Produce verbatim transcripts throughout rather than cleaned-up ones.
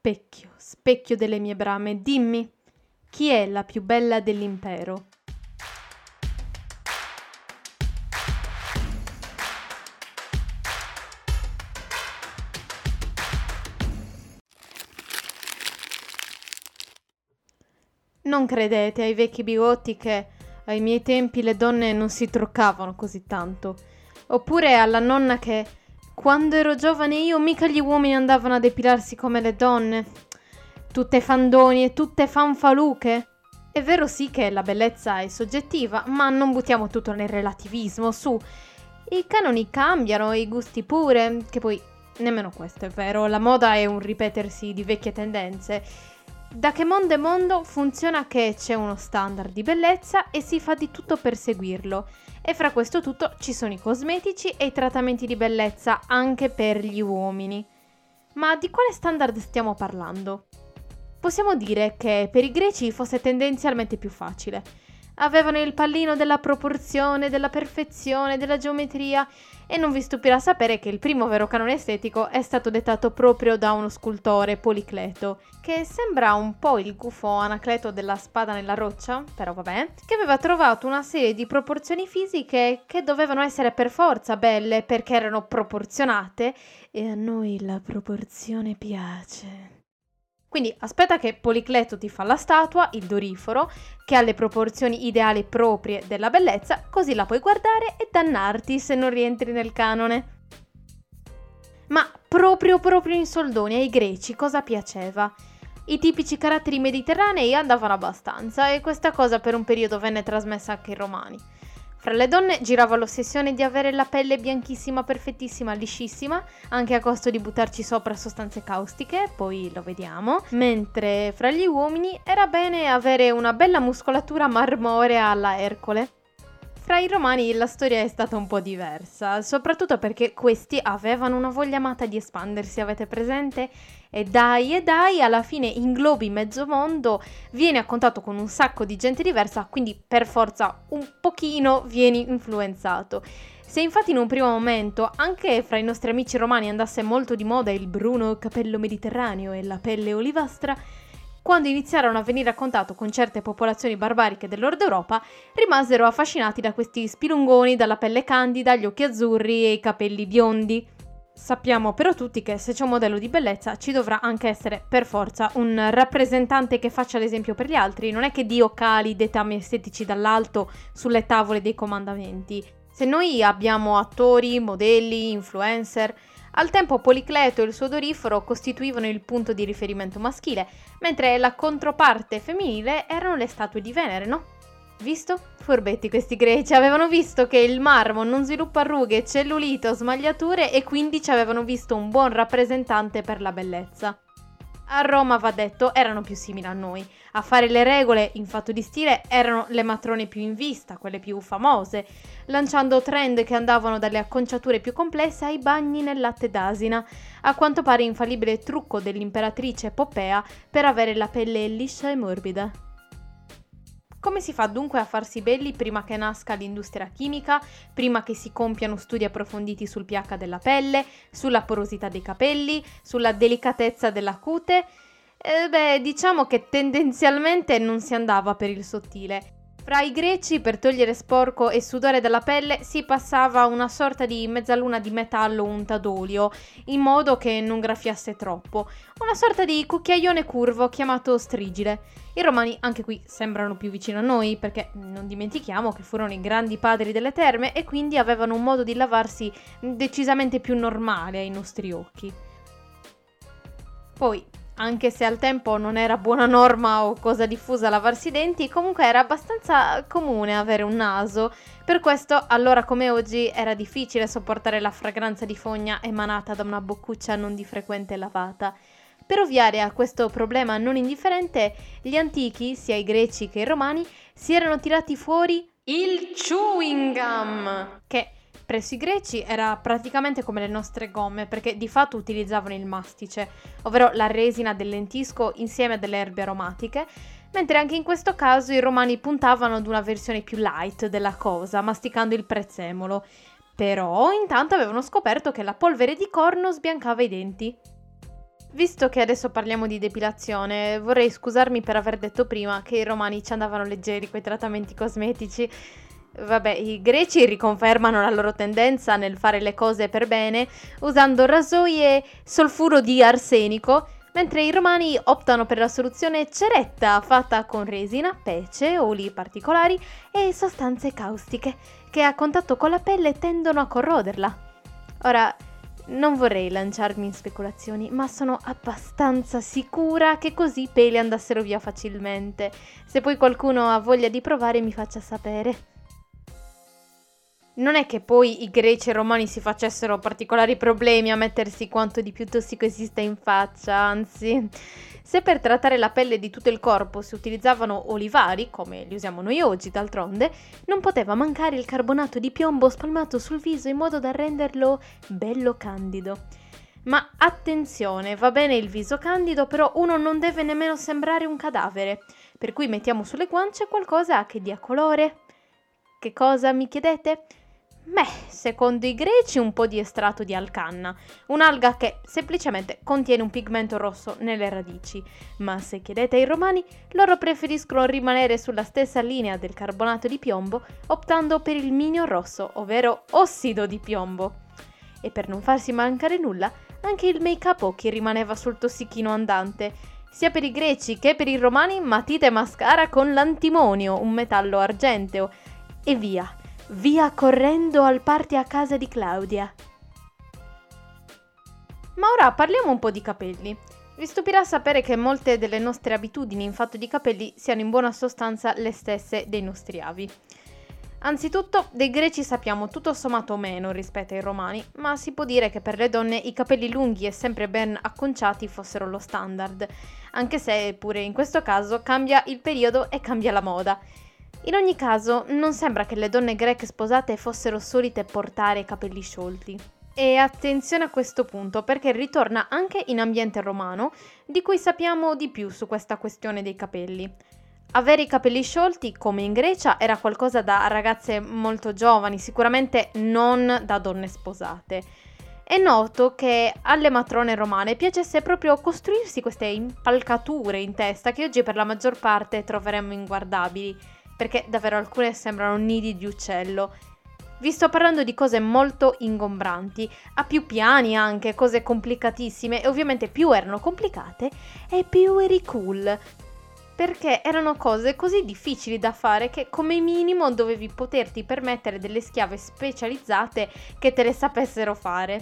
specchio, specchio delle mie brame, dimmi, chi è la più bella dell'impero? Non credete ai vecchi bigotti che ai miei tempi le donne non si truccavano così tanto. Oppure alla nonna che quando ero giovane io mica gli uomini andavano a depilarsi come le donne. Tutte fandoni e tutte fanfaluche. È vero sì che la bellezza è soggettiva, ma non buttiamo tutto nel relativismo, su. I canoni cambiano, i gusti pure, che poi nemmeno questo è vero, la moda è un ripetersi di vecchie tendenze. Da che mondo è mondo funziona che c'è uno standard di bellezza e si fa di tutto per seguirlo. E fra questo tutto ci sono i cosmetici e i trattamenti di bellezza anche per gli uomini. Ma di quale standard stiamo parlando? Possiamo dire che per i greci fosse tendenzialmente più facile. Avevano il pallino della proporzione, della perfezione, della geometria e non vi stupirà sapere che il primo vero canone estetico è stato dettato proprio da uno scultore, Policleto, che sembra un po' il gufo Anacleto della spada nella roccia, però vabbè, che aveva trovato una serie di proporzioni fisiche che dovevano essere per forza belle perché erano proporzionate e a noi la proporzione piace. Quindi aspetta che Policleto ti fa la statua, il doriforo, che ha le proporzioni ideali proprie della bellezza, così la puoi guardare e dannarti se non rientri nel canone. Ma proprio proprio in soldoni ai greci cosa piaceva? I tipici caratteri mediterranei andavano abbastanza e questa cosa per un periodo venne trasmessa anche ai romani. Fra le donne girava l'ossessione di avere la pelle bianchissima, perfettissima, liscissima, anche a costo di buttarci sopra sostanze caustiche, poi lo vediamo, mentre fra gli uomini era bene avere una bella muscolatura marmorea alla Ercole. Fra i romani la storia è stata un po' diversa, soprattutto perché questi avevano una voglia matta di espandersi, avete presente? E dai e dai, alla fine inglobi mezzo mondo, vieni a contatto con un sacco di gente diversa, quindi per forza un pochino vieni influenzato. Se infatti in un primo momento anche fra i nostri amici romani andasse molto di moda il bruno capello mediterraneo e la pelle olivastra, quando iniziarono a venire a contatto con certe popolazioni barbariche del nord Europa, rimasero affascinati da questi spilungoni dalla pelle candida, gli occhi azzurri e i capelli biondi. Sappiamo però tutti che se c'è un modello di bellezza ci dovrà anche essere per forza un rappresentante che faccia l'esempio per gli altri, non è che Dio cali dettami estetici dall'alto sulle tavole dei comandamenti. Se noi abbiamo attori, modelli, influencer, al tempo Policleto e il suo doriforo costituivano il punto di riferimento maschile, mentre la controparte femminile erano le statue di Venere, no? Visto? Furbetti questi greci, avevano visto che il marmo non sviluppa rughe, cellulite o smagliature e quindi ci avevano visto un buon rappresentante per la bellezza. A Roma, va detto, erano più simili a noi. A fare le regole in fatto di stile erano le matrone più in vista, quelle più famose, lanciando trend che andavano dalle acconciature più complesse ai bagni nel latte d'asina, a quanto pare infallibile trucco dell'imperatrice Poppea per avere la pelle liscia e morbida. Come si fa dunque a farsi belli prima che nasca l'industria chimica, prima che si compiano studi approfonditi sul pH della pelle, sulla porosità dei capelli, sulla delicatezza della cute? Eh beh, diciamo che tendenzialmente non si andava per il sottile. Fra i greci, per togliere sporco e sudore dalla pelle, si passava una sorta di mezzaluna di metallo unta d'olio, in modo che non graffiasse troppo. Una sorta di cucchiaione curvo chiamato strigile. I romani anche qui sembrano più vicino a noi, perché non dimentichiamo che furono i grandi padri delle terme e quindi avevano un modo di lavarsi decisamente più normale ai nostri occhi. Poi, anche se al tempo non era buona norma o cosa diffusa lavarsi i denti, comunque era abbastanza comune avere un naso. Per questo, allora come oggi, era difficile sopportare la fragranza di fogna emanata da una boccuccia non di frequente lavata. Per ovviare a questo problema non indifferente, gli antichi, sia i greci che i romani, si erano tirati fuori il chewing gum, che presso i greci era praticamente come le nostre gomme, perché di fatto utilizzavano il mastice, ovvero la resina del lentisco insieme a delle erbe aromatiche, mentre anche in questo caso i romani puntavano ad una versione più light della cosa, masticando il prezzemolo. Però intanto avevano scoperto che la polvere di corno sbiancava i denti. Visto che adesso parliamo di depilazione, vorrei scusarmi per aver detto prima che i romani ci andavano leggeri coi trattamenti cosmetici. Vabbè, i greci riconfermano la loro tendenza nel fare le cose per bene usando rasoi e solfuro di arsenico, mentre i romani optano per la soluzione ceretta fatta con resina, pece, oli particolari e sostanze caustiche che a contatto con la pelle tendono a corroderla. Ora, non vorrei lanciarmi in speculazioni, ma sono abbastanza sicura che così i peli andassero via facilmente. Se poi qualcuno ha voglia di provare, mi faccia sapere. Non è che poi i greci e i romani si facessero particolari problemi a mettersi quanto di più tossico esiste in faccia, anzi, se per trattare la pelle di tutto il corpo si utilizzavano olivari, come li usiamo noi oggi d'altronde, non poteva mancare il carbonato di piombo spalmato sul viso in modo da renderlo bello candido. Ma attenzione, va bene il viso candido, però uno non deve nemmeno sembrare un cadavere, per cui mettiamo sulle guance qualcosa che dia colore. Che cosa, mi chiedete? Beh, secondo i greci un po' di estratto di alcanna, un'alga che semplicemente contiene un pigmento rosso nelle radici, ma se chiedete ai romani, loro preferiscono rimanere sulla stessa linea del carbonato di piombo, optando per il minio rosso, ovvero ossido di piombo. E per non farsi mancare nulla, anche il make-up occhi rimaneva sul tossichino andante, sia per i greci che per i romani matita e mascara con l'antimonio, un metallo argenteo, e via. Via correndo al party a casa di Claudia. Ma ora parliamo un po' di capelli. Vi stupirà sapere che molte delle nostre abitudini in fatto di capelli siano in buona sostanza le stesse dei nostri avi. Anzitutto, dei greci sappiamo tutto sommato meno rispetto ai romani, ma si può dire che per le donne i capelli lunghi e sempre ben acconciati fossero lo standard, anche se pure in questo caso cambia il periodo e cambia la moda. In ogni caso, non sembra che le donne greche sposate fossero solite portare i capelli sciolti. E attenzione a questo punto, perché ritorna anche in ambiente romano, di cui sappiamo di più su questa questione dei capelli. Avere i capelli sciolti, come in Grecia, era qualcosa da ragazze molto giovani, sicuramente non da donne sposate. È noto che alle matrone romane piacesse proprio costruirsi queste impalcature in testa che oggi per la maggior parte troveremmo inguardabili, perché davvero alcune sembrano nidi di uccello. Vi sto parlando di cose molto ingombranti, a più piani anche, cose complicatissime, e ovviamente più erano complicate e più eri cool, perché erano cose così difficili da fare che come minimo dovevi poterti permettere delle schiave specializzate che te le sapessero fare.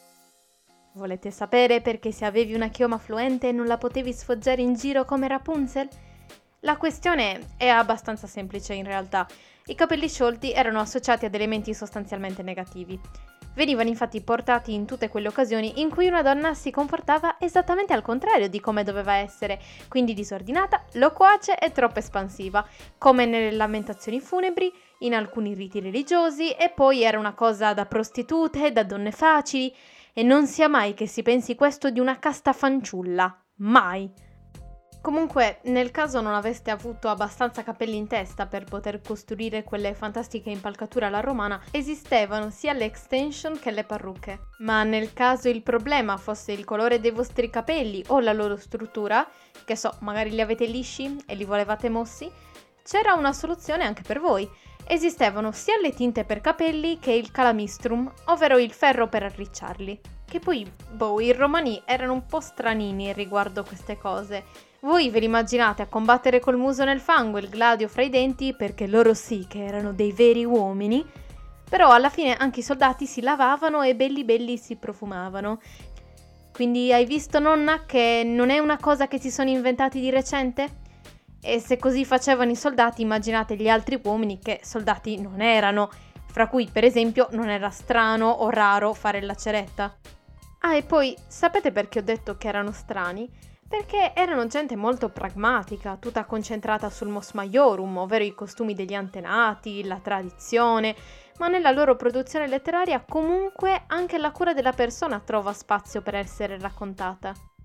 Volete sapere perché se avevi una chioma fluente non la potevi sfoggiare in giro come Rapunzel? La questione è abbastanza semplice in realtà. I capelli sciolti erano associati ad elementi sostanzialmente negativi. Venivano infatti portati in tutte quelle occasioni in cui una donna si comportava esattamente al contrario di come doveva essere, quindi disordinata, loquace e troppo espansiva, come nelle lamentazioni funebri, in alcuni riti religiosi, e poi era una cosa da prostitute, da donne facili, e non sia mai che si pensi questo di una casta fanciulla. Mai! Comunque, nel caso non aveste avuto abbastanza capelli in testa per poter costruire quelle fantastiche impalcature alla romana, esistevano sia le extension che le parrucche. Ma nel caso il problema fosse il colore dei vostri capelli o la loro struttura, che so, magari li avete lisci e li volevate mossi, c'era una soluzione anche per voi. Esistevano sia le tinte per capelli che il calamistrum, ovvero il ferro per arricciarli. Che poi, boh, i romani erano un po' stranini riguardo queste cose. Voi ve li immaginate a combattere col muso nel fango e il gladio fra i denti, perché loro sì che erano dei veri uomini, però alla fine anche i soldati si lavavano e belli belli si profumavano. Quindi hai visto, nonna, che non è una cosa che si sono inventati di recente? E se così facevano i soldati, immaginate gli altri uomini che soldati non erano, fra cui per esempio non era strano o raro fare la ceretta. Ah, e poi sapete perché ho detto che erano strani? Perché erano gente molto pragmatica, tutta concentrata sul mos maiorum, ovvero i costumi degli antenati, la tradizione, ma nella loro produzione letteraria comunque anche la cura della persona trova spazio per essere raccontata.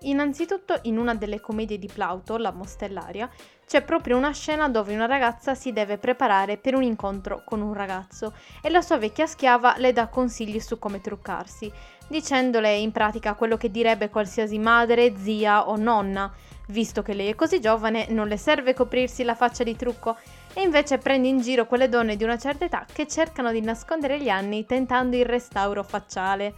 Innanzitutto, in una delle commedie di Plauto, La Mostellaria, c'è proprio una scena dove una ragazza si deve preparare per un incontro con un ragazzo e la sua vecchia schiava le dà consigli su come truccarsi, dicendole in pratica quello che direbbe qualsiasi madre, zia o nonna. Visto che lei è così giovane, non le serve coprirsi la faccia di trucco, e invece prende in giro quelle donne di una certa età che cercano di nascondere gli anni tentando il restauro facciale.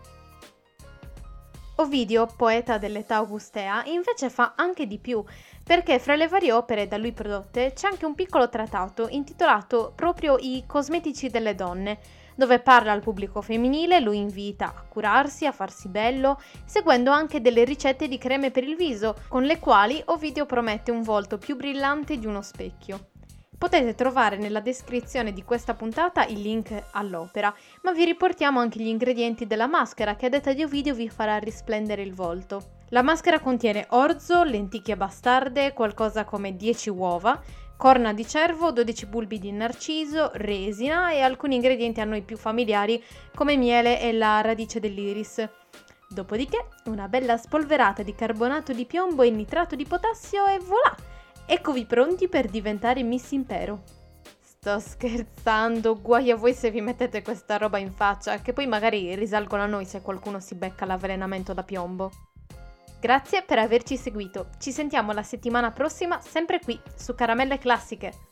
Ovidio, poeta dell'età augustea, invece fa anche di più, perché fra le varie opere da lui prodotte c'è anche un piccolo trattato intitolato proprio I cosmetici delle donne, dove parla al pubblico femminile, lo invita a curarsi, a farsi bello, seguendo anche delle ricette di creme per il viso, con le quali Ovidio promette un volto più brillante di uno specchio. Potete trovare nella descrizione di questa puntata il link all'opera, ma vi riportiamo anche gli ingredienti della maschera che a detta di Ovidio vi farà risplendere il volto. La maschera contiene orzo, lenticchie bastarde, qualcosa come dieci uova, corna di cervo, dodici bulbi di narciso, resina e alcuni ingredienti a noi più familiari come miele e la radice dell'iris. Dopodiché una bella spolverata di carbonato di piombo e nitrato di potassio e voilà! Eccovi pronti per diventare Miss Impero. Sto scherzando, guai a voi se vi mettete questa roba in faccia, che poi magari risalgono a noi se qualcuno si becca l'avvelenamento da piombo. Grazie per averci seguito, ci sentiamo la settimana prossima sempre qui su Caramelle Classiche.